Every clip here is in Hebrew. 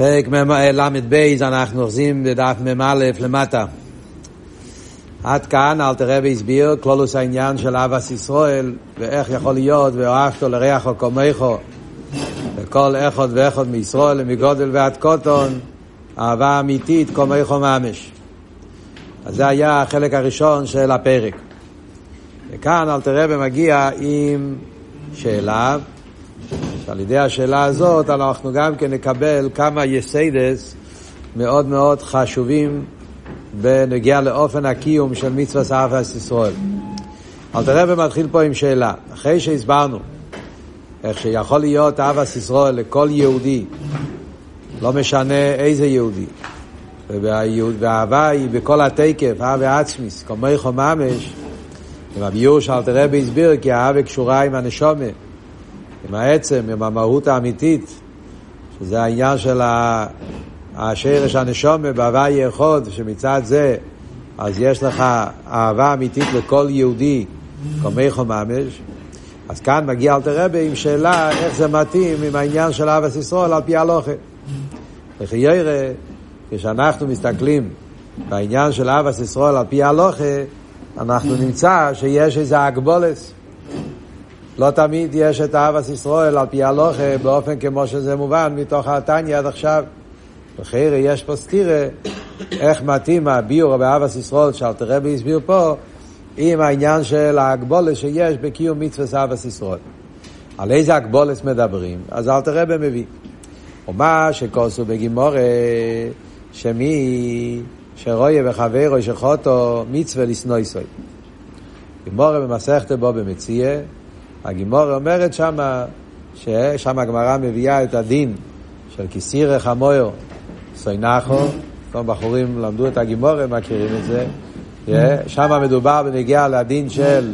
פרק למד בייז, אנחנו אוחזים בדף מ"א למטה. עד כאן אלתר רבי הסביר כלולוס העניין של אהבת ישראל, ואיך יכול להיות ואהבת לרעך כמוך, וכל אחד ואחד מישראל מגודל ועד קטן אהבה אמיתית כמוך ממש. אז זה היה החלק הראשון של הפרק. וכאן אלתר רבי מגיע עם שאלה, שעל ידי השאלה הזאת אנחנו גם כן נקבל כמה יסודות מאוד מאוד חשובים בנגיע לאופן הקיום של מצוות אהבת ישראל. אלתר רבי מתחיל פה עם שאלה. אחרי שהסברנו איך שיכול להיות אהבת ישראל לכל יהודי, לא משנה איזה יהודי, והאהבה היא בכל התקף, אהבה עצמיס, כמוך ממש, עם הביור שאלתר רבי הסביר כי האהבה קשורה עם הנשמה, עם העצם, עם המהות האמיתית, שזה העניין של השרש הנשמה בהוויה אחד, שמצד זה אז יש לך אהבה אמיתית לכל יהודי כמוך ממש. אז כאן מגיע אלתר רבי עם שאלה איך זה מתאים עם העניין של אהבת ישראל על פי ההלכה. וכירא, כשאנחנו מסתכלים בעניין של אהבת ישראל על פי ההלכה, אנחנו נמצא שיש איזה הגבולת. לא תמיד יש את אהבת ישראל על פי ההלכה באופן כמו שזה מובן מתוך התניא עד עכשיו. וכירא יש פה סתירה איך מתאים הביור באהבת ישראל שאלתר רבי הסביר פה עם העניין של ההגבולת שיש בקיום מצוות אהבת ישראל. על איזה הגבולת מדברים? אז אלתר רבי מביא ומה שכוסו בגימורה שמי שרואה וחברו שחוטו מצווה לשנוא ישראל. גימורה במסכת בו במציאה, הגימורה אומרת ששם הגמרא מביאה את הדין של כסירא חמור סוינחו. כל בחורים למדו את הגימורה, מכירים את זה. שם מדובר בנגיע לדין של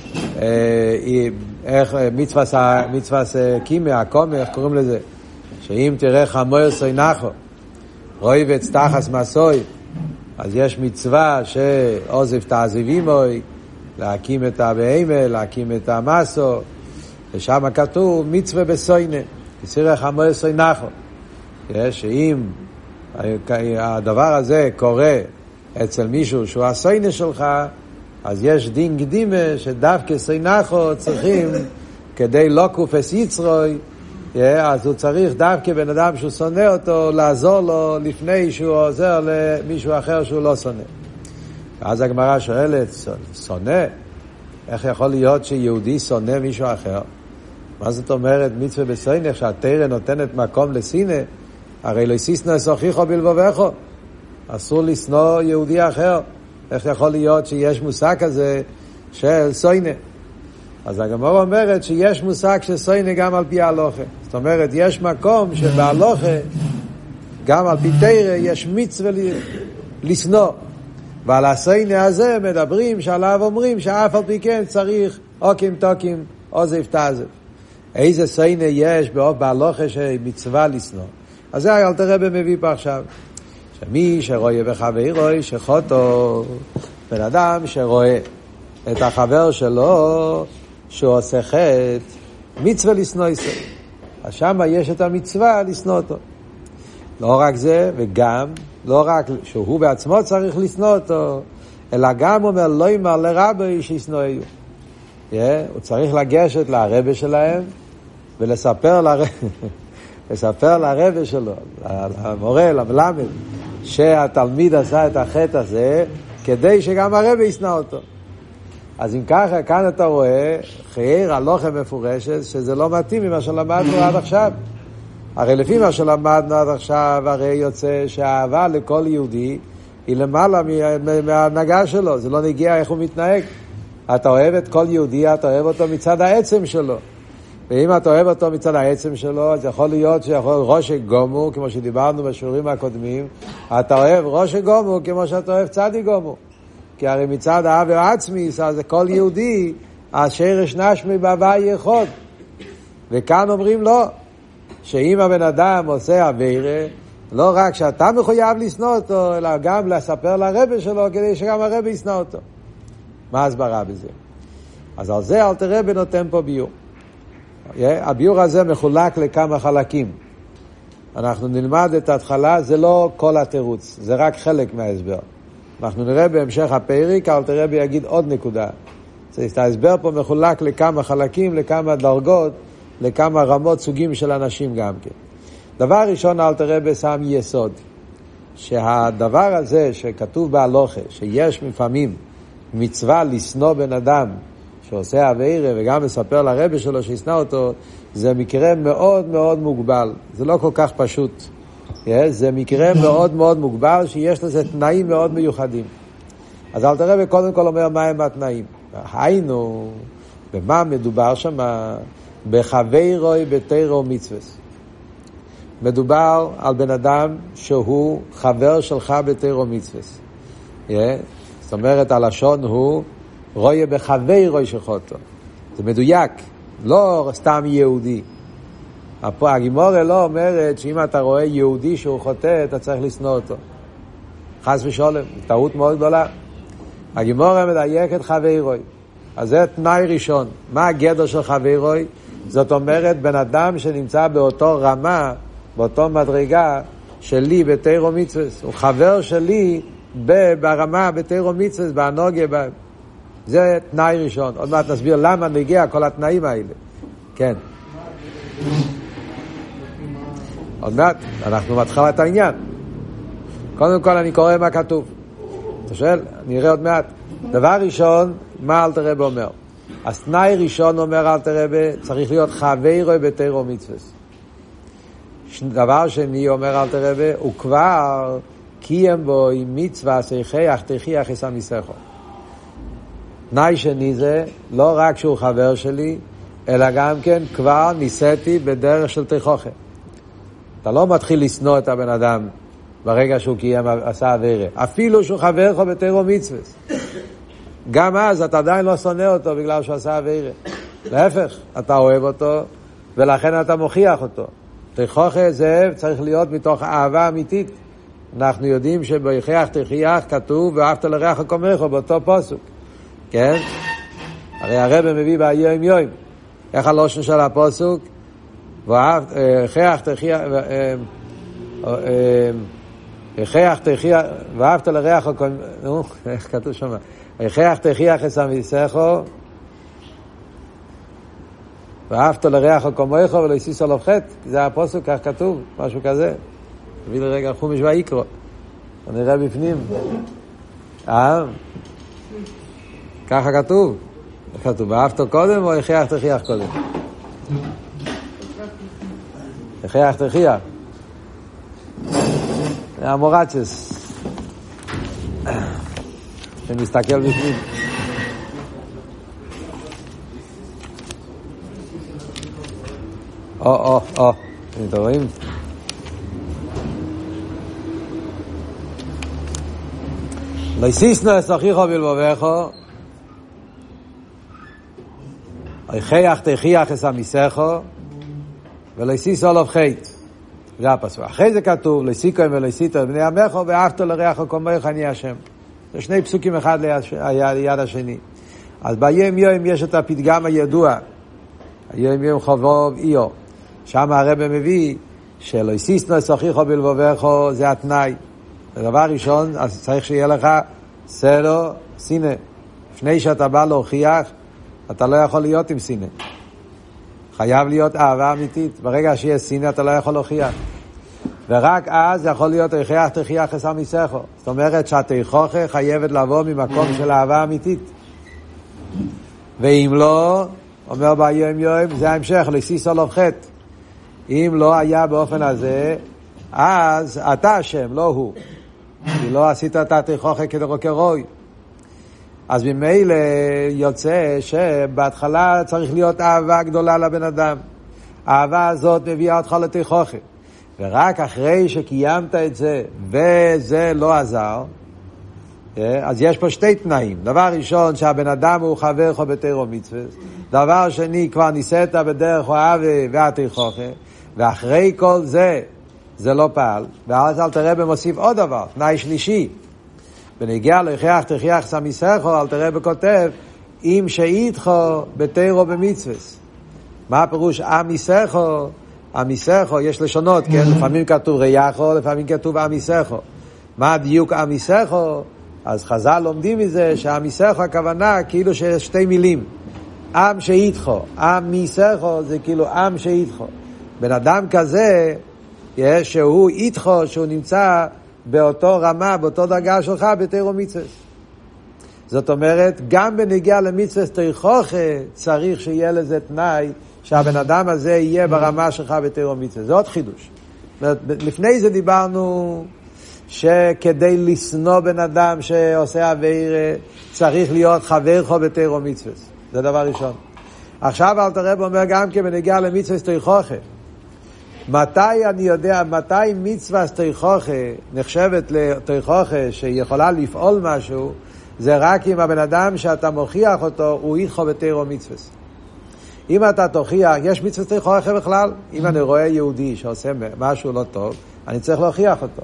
איך מצווה קימה, הקומר, איך קוראים לזה? שאם תראה חמור סוינחו רוי וצטחס מסוי, אז יש מצווה שעוזב תעזיבימוי, להקים את הבהמה, להקים את המסו, ושם כתוב מצווה בסוינה, כסירא חמור סוינחו. שאם הדבר הזה קורה אצל מישהו שהוא הסוינה שלך, אז יש דין קדימה שדווקא סוינחו צריכים, כדי לא קופס יצרוי, אז הוא צריך דווקא בן אדם שהוא שונא אותו לעזור לו לפני שהוא עוזר למישהו אחר שהוא לא שונא. ואז הגמרא שואלת, שונא? איך יכול להיות שיהודי שונא מישהו אחר? מה זאת אומרת מצווה בסוינה שהתורה נותנת מקום לשנאה? הרי לא ישנא אחיך בלבבך, אסור לשנוא יהודי אחר. איך יכול להיות שיש מושג כזה של סוינה? אז הגמרא אומרת שיש מושג של סוינה גם על פי ההלכה. זאת אומרת, יש מקום שבהלכה, גם על פי תורה, יש מצווה לשנוא. ועל הסוינה הזה מדברים, שעליו אומרים שאף על פי כן צריך אוקים תוקים, עוזב תעזב. איזה סוינה יש בהלכה שמצווה לשנוא? אז זה אלתר רבי מביא פה עכשיו. שמי שרואה וחברו שחוטו, בן אדם שרואה את החבר שלו שהוא עושה חטא, מצווה לשנוא ישראל. אז שם יש את המצווה לשנוא אותו. לא רק זה, וגם, לא רק שהוא בעצמו צריך לשנוא אותו, אלא גם אומר, לא יאמר לרבי שישנואו. הוא צריך לגשת לרבי שלהם, ולספר לרבי שלו, למורה, למלמד, שהתלמיד עשה את החטא הזה, כדי שגם הרבי ישנא אותו. אז אם ככה, כאן אתה רואה חייר הלוכה מפורשת שזה לא מתאים ממה שלמדנו עד עכשיו. הרי לפי מה שלמדנו עד עכשיו, הרי יוצא שהאהבה לכל יהודי היא למעלה מההנהגה שלו. זה לא נגיע איך הוא מתנהג. אתה אוהב את כל יהודי, אתה אוהב אותו מצד העצם שלו. ואם אתה אוהב אותו מצד העצם שלו, אז יכול להיות שיכול ראש גומו, כמו שדיברנו בשיעורים הקודמים. אתה אוהב ראש גומו כמו שאתה אוהב צדי גומו. כי הרי מצד האהבה עצמיס, אז כל יהודי, השרש נשמי בהוויה אחד. וכאן אומרים לא, שאם הבן אדם עושה עבירה, לא רק שאתה מחויב לשנוא אותו, אלא גם לספר לרבי שלו, כדי שגם הרבי ישנא אותו. מה הסברה בזה? אז על זה אלתר רבי נותן פה ביור. הביור הזה מחולק לכמה חלקים. אנחנו נלמד את ההתחלה, זה לא כל התירוץ, זה רק חלק מההסבר. אנחנו נראה בהמשך הפרק, אבל תראה בי יגיד עוד נקודה. ההסבר פה מחולק לכמה חלקים, לכמה דרגות, לכמה רמות סוגים של אנשים גם כן. דבר ראשון, אל תראה בשם יסוד. שהדבר הזה שכתוב בהלוכה, שיש לפעמים מצווה לשנוא בן אדם שעושה עבירה וגם מספר לרבי שלו שישנא אותו, זה מקרה מאוד מאוד מוגבל. זה לא כל כך פשוט. זה מקרה מאוד מאוד מוגבל שיש לזה תנאים מאוד מיוחדים. אז אל תראה קודם כל אומר מה הם התנאים. היינו, במה מדובר שם? בחברוי בתורה ומצוות. מדובר על בן אדם שהוא חבר שלך בתורה ומצוות. זאת אומרת, הלשון הוא רואה בחברוי שחוטו. זה מדויק, לא סתם יהודי. הגימורה לא אומרת שאם אתה רואה יהודי שהוא חוטא, אתה צריך לשנוא אותו. חס ושלום, טעות מאוד גדולה. הגימורה מדייקת חברוי. אז זה תנאי ראשון. מה הגדר של חברוי? זאת אומרת, בן אדם שנמצא באותו רמה, באותו מדרגה שלי בתורה ומצוות. הוא חבר שלי ברמה בתורה ומצוות, בהנהגה. זה תנאי ראשון. עוד מעט נסביר למה נגיע כל התנאים האלה. כן. עוד מעט, אנחנו מתחילים את העניין. קודם כל אני קורא מה כתוב. אתה שואל? נראה עוד מעט. דבר ראשון, מה אלתר רבי אומר? אז תנאי ראשון אומר אלתר רבי, צריך להיות חברוי בתורה ומצוות. דבר שני אומר אלתר רבי, הוא כבר קיים בו עם מצווה שיחייך תחייך את המסכו. תנאי שני זה לא רק שהוא חבר שלי, אלא גם כן כבר ניסיתי בדרך של תיכוכה. אתה לא מתחיל לשנוא את הבן אדם ברגע שהוא קיים עשה עבירה. אפילו שהוא חבר לך בתורה ומצוות. גם אז אתה עדיין לא שונא אותו בגלל שהוא עשה עבירה. להפך, אתה אוהב אותו ולכן אתה מוכיח אותו. תיכוכה זה צריך להיות מתוך אהבה אמיתית. אנחנו יודעים שבהכרח תחייך כתוב ואהבת לרעך כמוך באותו פסוק. כן? הרי הרב מביא ביום יום. איך הלושן של הפסוק? הכרח תחייך הכרח תחייך ואהבת לרעך כמוך. נו, איך כתוב שם? הכרח תחייך את המסכו ואהבת לרעך כמוך ולא יסיס עליו חטא. זה הפסוק, כך כתוב, משהו כזה. תביא לרגע חומש ויקרא. נראה בפנים. ככה כתוב. כתוב, ואהבת קודם או הכרח תחייך קודם? הכרח תחייך. זה המורצ'ס. שנסתכל בפנים. אתם רואים? לא יסיסנו את אחיך בלבבך הכרח תחייך את המסכו ולא יסיס עליו חטא. זה הפסוק. אחרי זה כתוב לא יסיקו ולא יסיתו בני עמך ואהבת לרעך כמוך אני השם. זה שני פסוקים אחד ליד השני. אז ביום יום יש את הפתגם הידוע, היום יום חובוב איו, שם הרב מביא שלא יסיסנו את אחיך בלבבך, זה התנאי. הדבר ראשון, אז צריך שיהיה לך סלו סינא. לפני שאתה בא להוכיח, אתה לא יכול להיות עם סינא. חייב להיות אהבה אמיתית. ברגע שיש סינא אתה לא יכול להוכיח. ורק אז יכול להיות הכרח תחייך את המסכו. זאת אומרת שהתיכוכה חייבת לבוא ממקום של אהבה אמיתית. ואם לא, אומר ביום יום, זה ההמשך, לסיס עליו חטא. אם לא היה באופן הזה, אז אתה אשם, לא הוא. כי לא עשית את התיכוכה כרוי. אז ממילא יוצא שבהתחלה צריך להיות אהבה גדולה לבן אדם. האהבה הזאת מביאה אותך לתיכוכה. ורק אחרי שקיימת את זה, וזה לא עזר, אז יש פה שתי תנאים. דבר ראשון, שהבן אדם הוא חבר לך בתורה ומצוות. דבר שני, כבר ניסית בדרך אוהבה והתיכוכה. ואחרי כל זה, זה לא פעל. ואז אל תראה במוסיף עוד דבר, תנאי שלישי. בנגיע להכרח תחייך את המסכו, אל תראה בכותב, אם שאיתך בתורה ובמצוות. מה הפירוש המסכו? עמיסךו, יש לשונות, כן? לפעמים כתוב ריחו, לפעמים כתוב עמיסךו. מה הדיוק עמיסךו? אז חז"ל לומדים מזה שעמיסךו הכוונה כאילו שיש שתי מילים. עם שאיתכו, עמיסךו זה כאילו עם שאיתכו. בן אדם כזה, שהוא איתכו, שהוא נמצא באותו רמה, באותו דרגה שלך, בתורה ומצוות. זאת אומרת, גם בנגיעה למצוות תוכחה, צריך שיהיה לזה תנאי, שהבן אדם הזה יהיה ברמה שלך בתורה ומצוות. זה עוד חידוש. לפני זה דיברנו שכדי לשנוא בן אדם שעושה עבירה, צריך להיות חברך בתורה ומצוות. זה דבר ראשון. עכשיו אלתר רבי אומר גם כן בנגיעה למצוות תוכחה. מתי אני יודע, מתי מצוות תוכחה נחשבת לתוכחה שיכולה לפעול משהו, זה רק אם הבן אדם שאתה מוכיח אותו הוא איתך בתורה ומצוות. אם אתה תוכיח, יש מצוות תוכחה בכלל? אם אני רואה יהודי שעושה משהו לא טוב, אני צריך להוכיח אותו.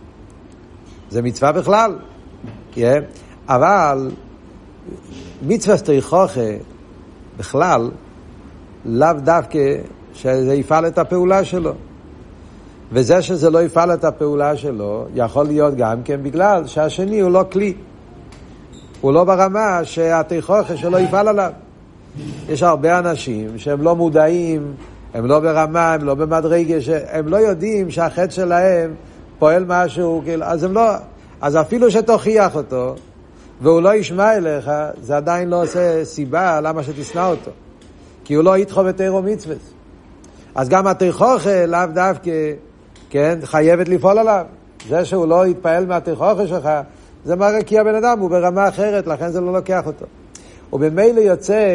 זה מצווה בכלל. כן? אבל מצוות תוכחה בכלל לאו דווקא שזה יפעל את הפעולה שלו. וזה שזה לא יפעל את הפעולה שלו יכול להיות גם כן בגלל שהשני הוא לא כלי. הוא לא ברמה שהתוכחה שלו יפעל עליו. יש הרבה אנשים שהם לא מודעים, הם לא ברמה, הם לא במדרגה, הם לא יודעים שהחטא שלהם פועל משהו, אז הם לא, אז אפילו שתוכיח אותו והוא לא ישמע אליך, זה עדיין לא עושה סיבה למה שתשנא אותו, כי הוא לא יתחו בתורה ומצוות. אז גם התוכחה לאו דווקא, כן, חייבת לפעול עליו. זה שהוא לא יתפעל מהתוכחה שלך, זה מראה כי הבן אדם הוא ברמה אחרת, לכן זה לא לוקח אותו. ובמילא יוצא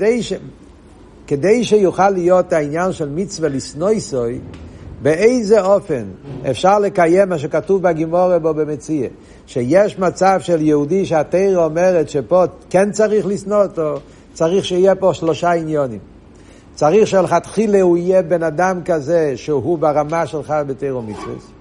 שכדי שיוכל להיות העניין של מצווה לשנוא איסוי, באיזה אופן אפשר לקיים מה שכתוב בגימורה בו במציאה, שיש מצב של יהודי שהתורה אומרת שפה כן צריך לשנוא אותו, צריך שיהיה פה 3 עניונים. צריך שלכתחילה הוא יהיה בן אדם כזה שהוא ברמה שלך בתורה ומצוות.